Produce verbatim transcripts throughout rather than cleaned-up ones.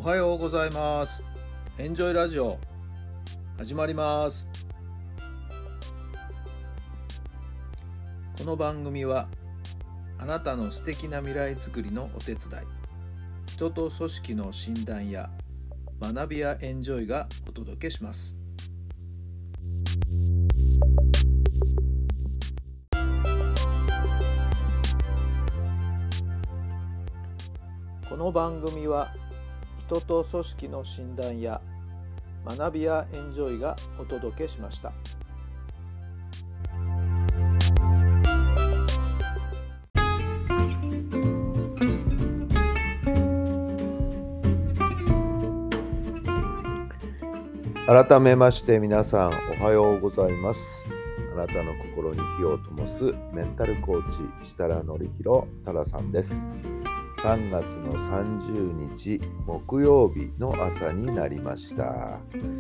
おはようございます。エンジョイラジオ始まります。この番組はあなたの素敵な未来づくりのお手伝い、人と組織の診断や学びやエンジョイがお届けします。この番組は人と組織の診断や学びやエンジョイがお届けしました。改めまして皆さんおはようございます。あなたの心に火を灯すメンタルコーチ設楽範弘太良さんです。さんがつのさんじゅうにち木曜日の朝になりました。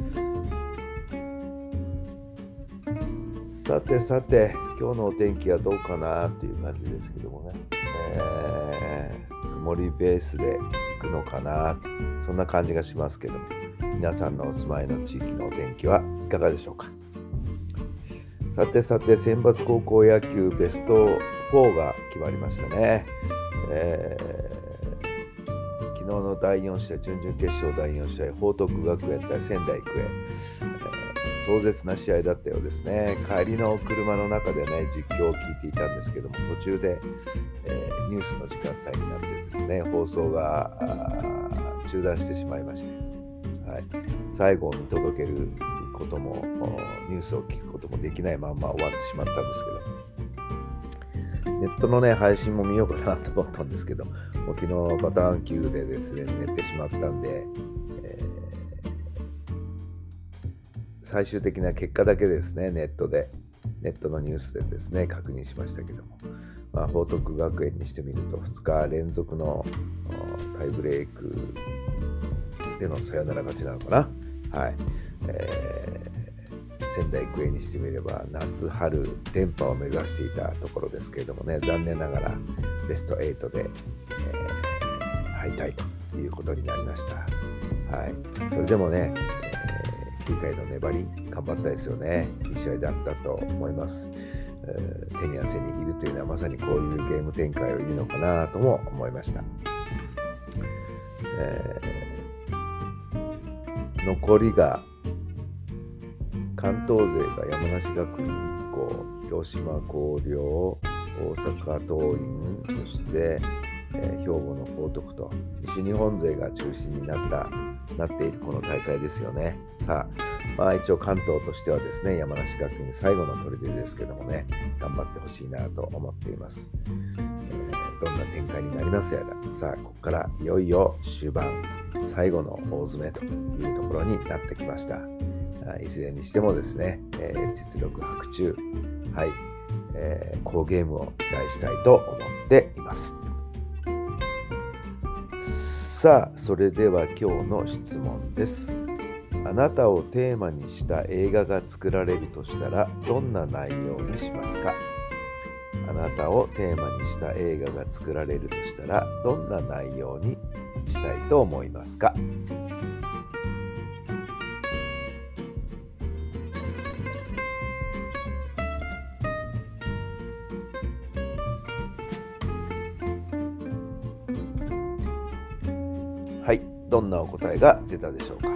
さてさて今日のお天気はどうかなという感じですけどもね、えー、曇りベースで行くのかな、そんな感じがしますけども、皆さんのお住まいの地域のお天気はいかがでしょうか。さてさて選抜高校野球ベストフォーが決まりましたね。えー、昨日のだいよん試合、準々決勝だいよん試合、報徳学園対仙台育英、えー、壮絶な試合だったようですね。帰りの車の中でね実況を聞いていたんですけども、途中で、えー、ニュースの時間帯になってですね、放送が中断してしまいまして、はい、最後を見届けることもニュースを聞くこともできないまま終わってしまったんですけど、ネットのね配信も見ようかなと思ったんですけど、もう昨日パターンきゅうでですね寝てしまったんで、えー、最終的な結果だけですねネットでネットのニュースでですね確認しましたけども、まあ、報徳学園にしてみるとふつか連続のタイブレークでのサヨナラ勝ちなのかな。はい、えー仙台育英にしてみれば夏春連覇を目指していたところですけれどもね、残念ながらベストはちで、えー、敗退ということになりました。はい、それでもね、えー、きゅうかいの粘り頑張ったですよね。いい試合だったと思います。えー、手に汗握るというのはまさにこういうゲーム展開を言うのかなとも思いました。えー、残りが関東勢が山梨学院一高、広島広陵、大阪桐蔭、そして、えー、兵庫の報徳と西日本勢が中心になったなっているこの大会ですよね。さあ、まあ、一応関東としてはですね、山梨学院最後の砦ですけどもね、頑張ってほしいなと思っています。えー、どんな展開になりますやら。さあ、ここからいよいよ終盤、最後の大詰めというところになってきました。いずれにしてもですね、えー、実力伯仲、はい、えー、好ゲームを期待したいと思っています。さあ、それでは今日の質問です。あなたをテーマにした映画が作られるとしたらどんな内容にしますか？あなたをテーマにした映画が作られるとしたらどんな内容にしたいと思いますか？はい、どんなお答えが出たでしょうか。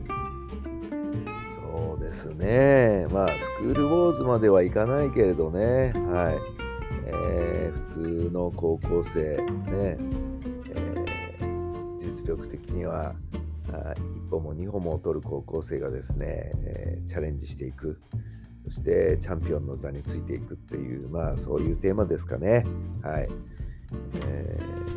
そうですね、まあスクールウォーズまではいかないけれどね、はい、えー、普通の高校生ね、えー、実力的にはあ一歩も二歩も取る高校生がですね、えー、チャレンジしていく、そしてチャンピオンの座についていくっていう、まあそういうテーマですかね。はい、え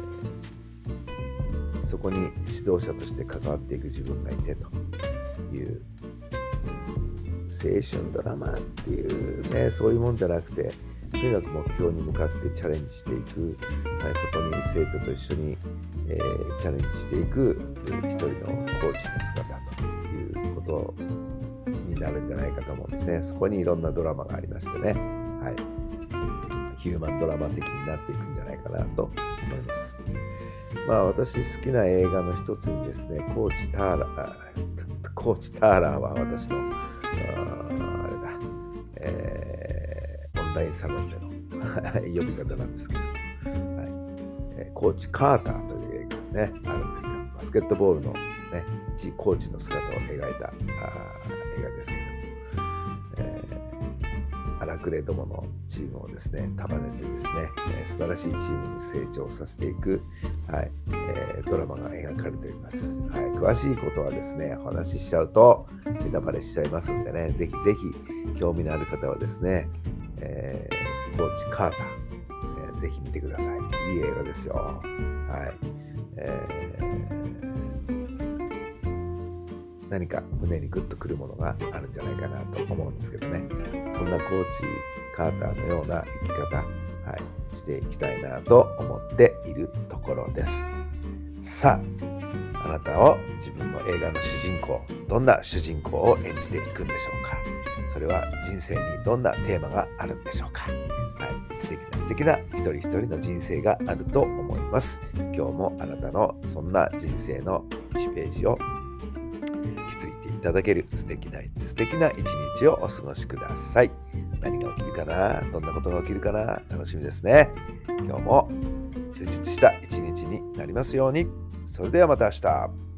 ー、そこに指導者として関わっていく自分がいてという青春ドラマっていうね、そういうもんじゃなくて、とにかく目標に向かってチャレンジしていく、はい、そこに生徒と一緒に、えー、チャレンジしていく一人のコーチの姿ということになるんじゃないかと思うんですね。そこにいろんなドラマがありましてね、はい、ヒューマンドラマ的になっていくんじゃないかなと思います。 まあ私好きな映画の一つにですね、コーチターラー、コーチターラーは私の、ああれだ、えーオンラインサロンでの呼び方なんですけど、はいえーコーチカーターという映画がね、あるんですよ。バスケットボールのね、一コーチの姿を描いたあ映画ですけど、えー荒くれどものチームをですね、束ねてですね、えー素晴らしいチームに成長させていく、はいえードラマが描かれております。はい、詳しいことはですね、お話ししちゃうとネタバレしちゃいますんでね、ぜひぜひ興味のある方はですね、えーコーチカーター、えーぜひ見てください。いい映画ですよ。はいえー何か胸にグッとくるものがあるんじゃないかなと思うんですけどね。そんなコーチカーターのような生き方、はい、していきたいなと思っているところです。さあ、あなたを自分の映画の主人公、どんな主人公を演じていくんでしょうか。それは人生にどんなテーマがあるんでしょうか。はい、素敵な素敵な一人一人の人生があると思います。今日もあなたのそんな人生のいちページを気づいていただける素敵な素敵な一日をお過ごしください。何が起きるかな、どんなことが起きるかな、楽しみですね。今日も充実した一日になりますように。それではまた明日。